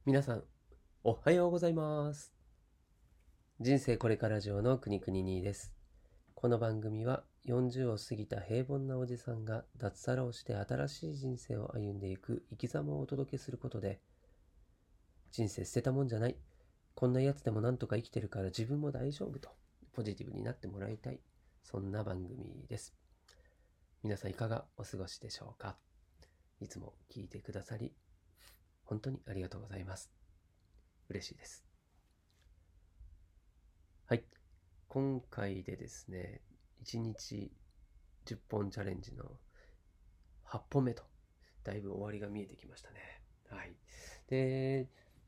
皆さん、おはようございます。人生これから上のくにくににです。この番組は40を過ぎた平凡なおじさんが脱サラをして新しい人生を歩んでいく生き様をお届けすることで、人生捨てたもんじゃない。こんなやつでもなんとか生きてるから自分も大丈夫とポジティブになってもらいたい。そんな番組です。皆さんいかがお過ごしでしょうか。いつも聞いてくださり、本当にありがとうございます。嬉しいです。はい。今回でですね、1日10本チャレンジの8本目と、だいぶ終わりが見えてきましたね。はい。で、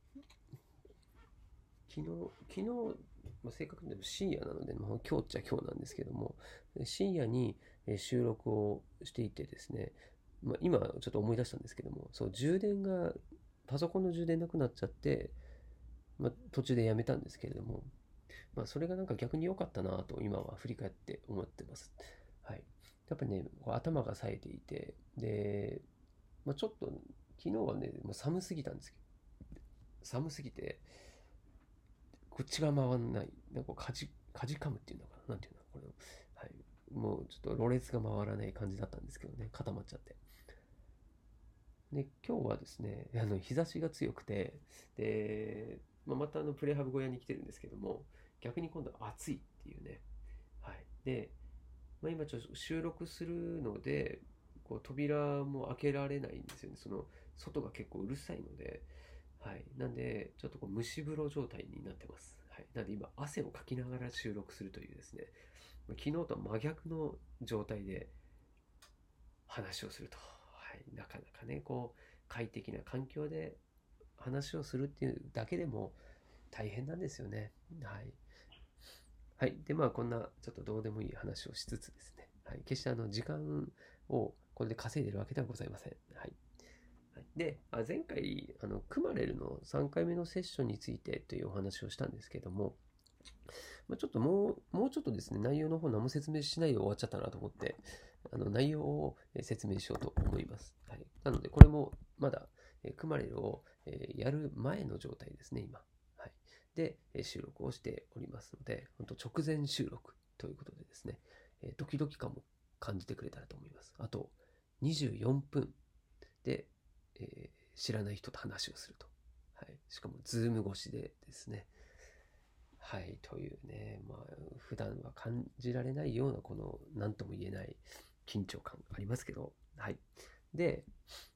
正確に言うと深夜なので、今日っちゃ今日なんですけども、深夜に収録をしていてですね、今ちょっと思い出したんですけども、そう、パソコンの充電なくなっちゃって、途中でやめたんですけれども、それがなんか逆に良かったなと今は振り返って思ってます。はい。やっぱりね、こう頭が冴えていて、で、ちょっと昨日はね、もう寒すぎたんですけど、寒すぎて、こっちが回んない。なんかこうかじかむっていうのかななんていうのこれを。はい。もうちょっとろれつが回らない感じだったんですけどね、固まっちゃって。で、今日はですね、日差しが強くて、で、またプレハブ小屋に来てるんですけども、逆に今度は暑いっていうね。はい。で、今ちょっと収録するので、こう扉も開けられないんですよね。外が結構うるさいので、はい。なんで、ちょっとこう蒸し風呂状態になってます。はい。なんで今、汗をかきながら収録するというですね、昨日とは真逆の状態で話をすると。はい。なかなかね、こう、快適な環境で話をするっていうだけでも大変なんですよね。はい。はい。で、こんなちょっとどうでもいい話をしつつですね。はい。決して時間をこれで稼いでるわけではございません。はい。はい、で、前回、クマレルの3回目のセッションについてというお話をしたんですけども、ちょっともうちょっとですね、内容の方何も説明しないで終わっちゃったなと思って、内容を説明しようと思います。はい。なので、これもまだ、クマレルをやる前の状態ですね、今。はい。で、収録をしておりますので、本当直前収録ということでですね、ドキドキ感も感じてくれたらと思います。あと、24分で、知らない人と話をすると。はい。しかも、ズーム越しでですね、はい、というね、普段は感じられないような、この、なんとも言えない緊張感ありますけど、はい。で、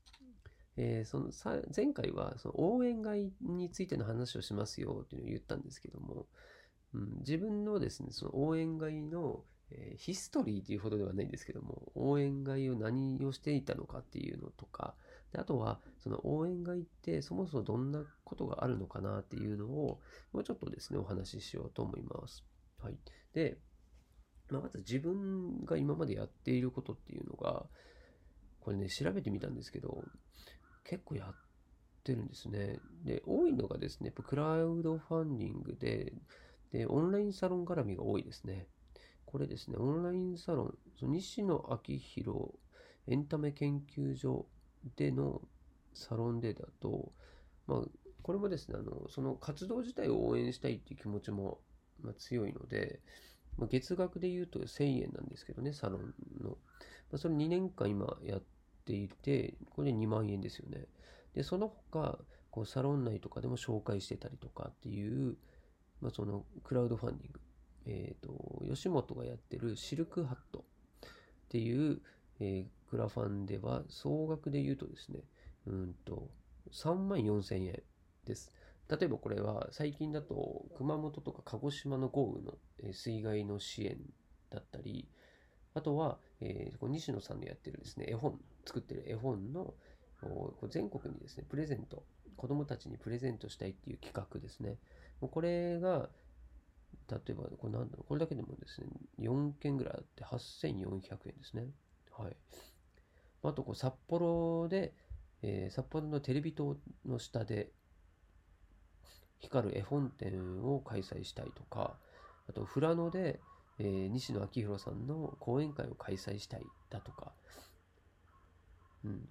前回はその応援会についての話をしますよっていうのを言ったんですけども、自分のですね、その応援会の、ヒストリーというほどではないんですけども、応援会を何をしていたのかっていうのとか、であとは、その応援会ってそもそもどんなことがあるのかなっていうのを、もうちょっとですね、お話ししようと思います。はい。で、まず自分が今までやっていることっていうのが、これね、調べてみたんですけど、結構やってるんですね。で、多いのがですね、やっぱクラウドファンディングで、オンラインサロン絡みが多いですね。これですね、オンラインサロン、西野昭弘エンタメ研究所でのサロンでだと、これもですね、その活動自体を応援したいっていう気持ちも、強いので、月額で言うと1000円なんですけどね、サロンの。それ2年間今やっていて、これで2万円ですよね。で、その他、こうサロン内とかでも紹介してたりとかっていう、そのクラウドファンディング。吉本がやってるシルクハットっていう、クラファンでは、総額で言うとですね、3万4千円です。例えばこれは最近だと熊本とか鹿児島の豪雨の水害の支援だったり、あとは、西野さんのやってるですね、作ってる絵本の全国にですね、子供たちにプレゼントしたいっていう企画ですね。もうこれが、例えば、これだけでもですね、4件ぐらいあって8400円ですね。はい。あと、札幌で、札幌のテレビ塔の下で光る絵本展を開催したいとか、あと、富良野で、西野昭弘さんの講演会を開催したいだとか、うん。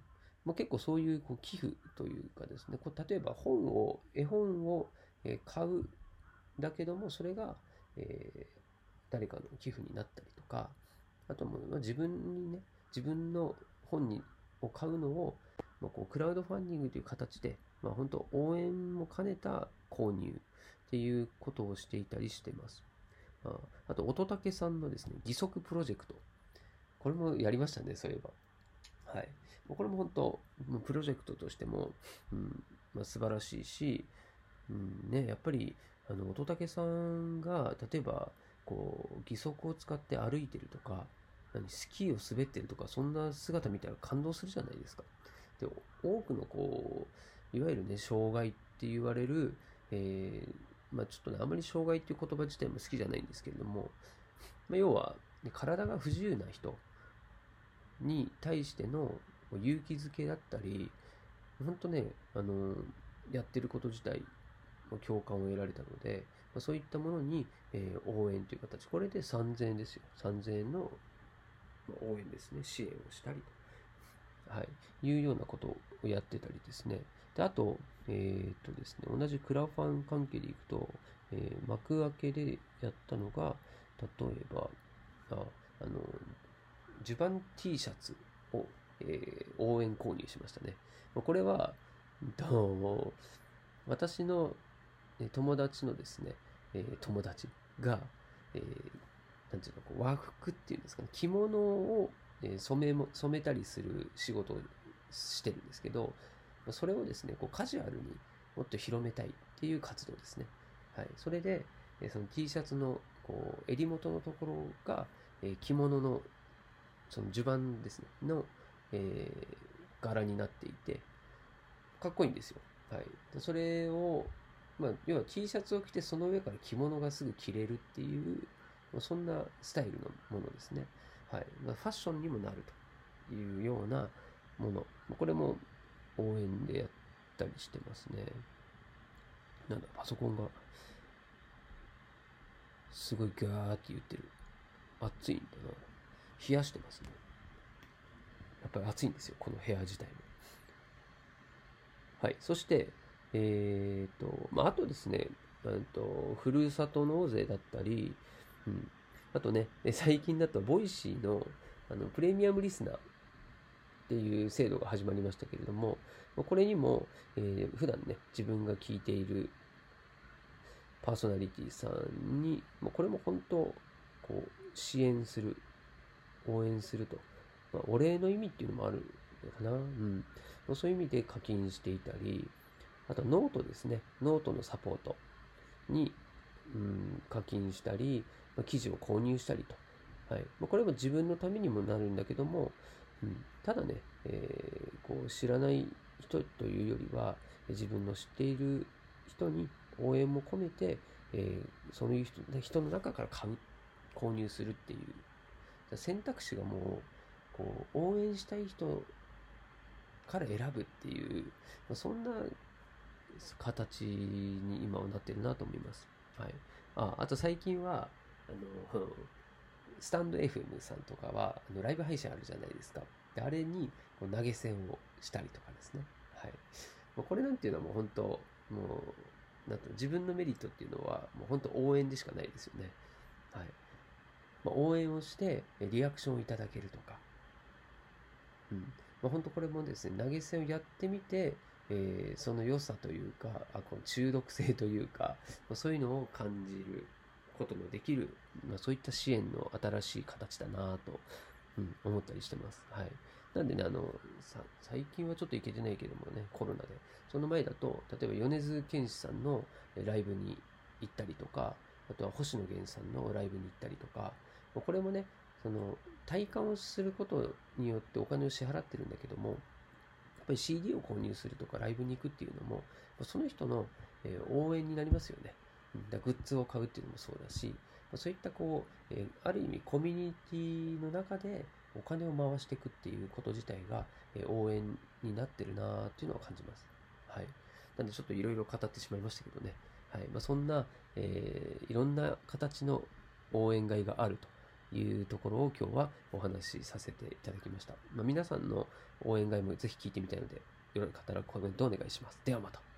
結構そういう寄付というかですね、例えば絵本を買うだけども、それが、誰かの寄付になったりとか、あとも自分のを買うのを、クラウドファンディングという形で、本当応援も兼ねた購入っていうことをしていたりしてます。あと、乙武さんのですね、義足プロジェクト。これもやりましたね、そういえば。はい。これも本当、プロジェクトとしても、素晴らしいし、やっぱり、乙武さんが、例えば、義足を使って歩いてるとか、スキーを滑ってるとか、そんな姿見たら感動するじゃないですか。で、多くのいわゆるね、障害って言われる、ちょっとね、あまり障害っていう言葉自体も好きじゃないんですけれども、要は、体が不自由な人に対しての勇気づけだったり、本当ね、やってること自体の共感を得られたので、そういったものに、応援という形、これで3000円ですよ。3000円の応援ですね、支援をしたりと、いうようなことをやってたりですね。で、あと、ですね、同じクラファン関係でいくと、幕開けでやったのが、例えば、ジュバン T シャツを、応援購入しましたね。これは、私の友達のですね、友達が、なんていうの、和服っていうんですかね、着物を、染めたりする仕事をしてるんですけど、それをですね、カジュアルにもっと広めたいっていう活動ですね。はい。それで、その T シャツの、襟元のところが、着物の、その襦袢ですね、の、柄になっていて、かっこいいんですよ。はい。でそれを、要は T シャツを着て、その上から着物がすぐ着れるっていう、そんなスタイルのものですね。はい。ファッションにもなるというようなもの。これも応援でやったりしてますね。パソコンがすごいガーって言ってる。暑いんだな。冷やしてますね。やっぱり暑いんですよ、この部屋自体も。はい。そして、あとですね、ふるさと納税だったり、あとね、最近だと、ボイシーの、プレミアムリスナーっていう制度が始まりましたけれども、これにも、普段ね、自分が聞いているパーソナリティさんに、これも本当、支援する、応援すると。お礼の意味っていうのもあるのかな。そういう意味で課金していたり、あとノートですね。ノートのサポートに、課金したり、記事を購入したりと。はい。これも自分のためにもなるんだけども、ただね、知らない人というよりは、自分の知っている人に応援も込めて、そういう人の中から購入するっていう、選択肢がもう、応援したい人から選ぶっていう、そんな形に今はなってるなと思います。はい。あと最近は、スタンド FM さんとかは、ライブ配信あるじゃないですか。で、あれに投げ銭をしたりとかですね。はい。これなんていうのはもう本当、もう、自分のメリットっていうのは、もう本当応援でしかないですよね。はい。応援をして、リアクションをいただけるとか。本当これもですね、投げ銭をやってみて、その良さというか、この中毒性というか、そういうのを感じることのできる、そういった支援の新しい形だなと、思ったりしてます。はい。なんでね、最近はちょっと行けてないけどもね、コロナで。その前だと、例えば米津玄師さんのライブに行ったりとか、あとは星野源さんのライブに行ったりとか、これもね、体感をすることによってお金を支払ってるんだけども、やっぱり CD を購入するとかライブに行くっていうのも、その人の応援になりますよね。グッズを買うっていうのもそうだし、そういったある意味コミュニティの中でお金を回していくっていうこと自体が応援になってるなっていうのは感じます。はい。なんでちょっといろいろ語ってしまいましたけどね。はい。そんな、いろんな形の応援買いがあるというところを今日はお話しさせていただきました。皆さんの応援外もぜひ聞いてみたいので、よかったらコメントお願いします。ではまた。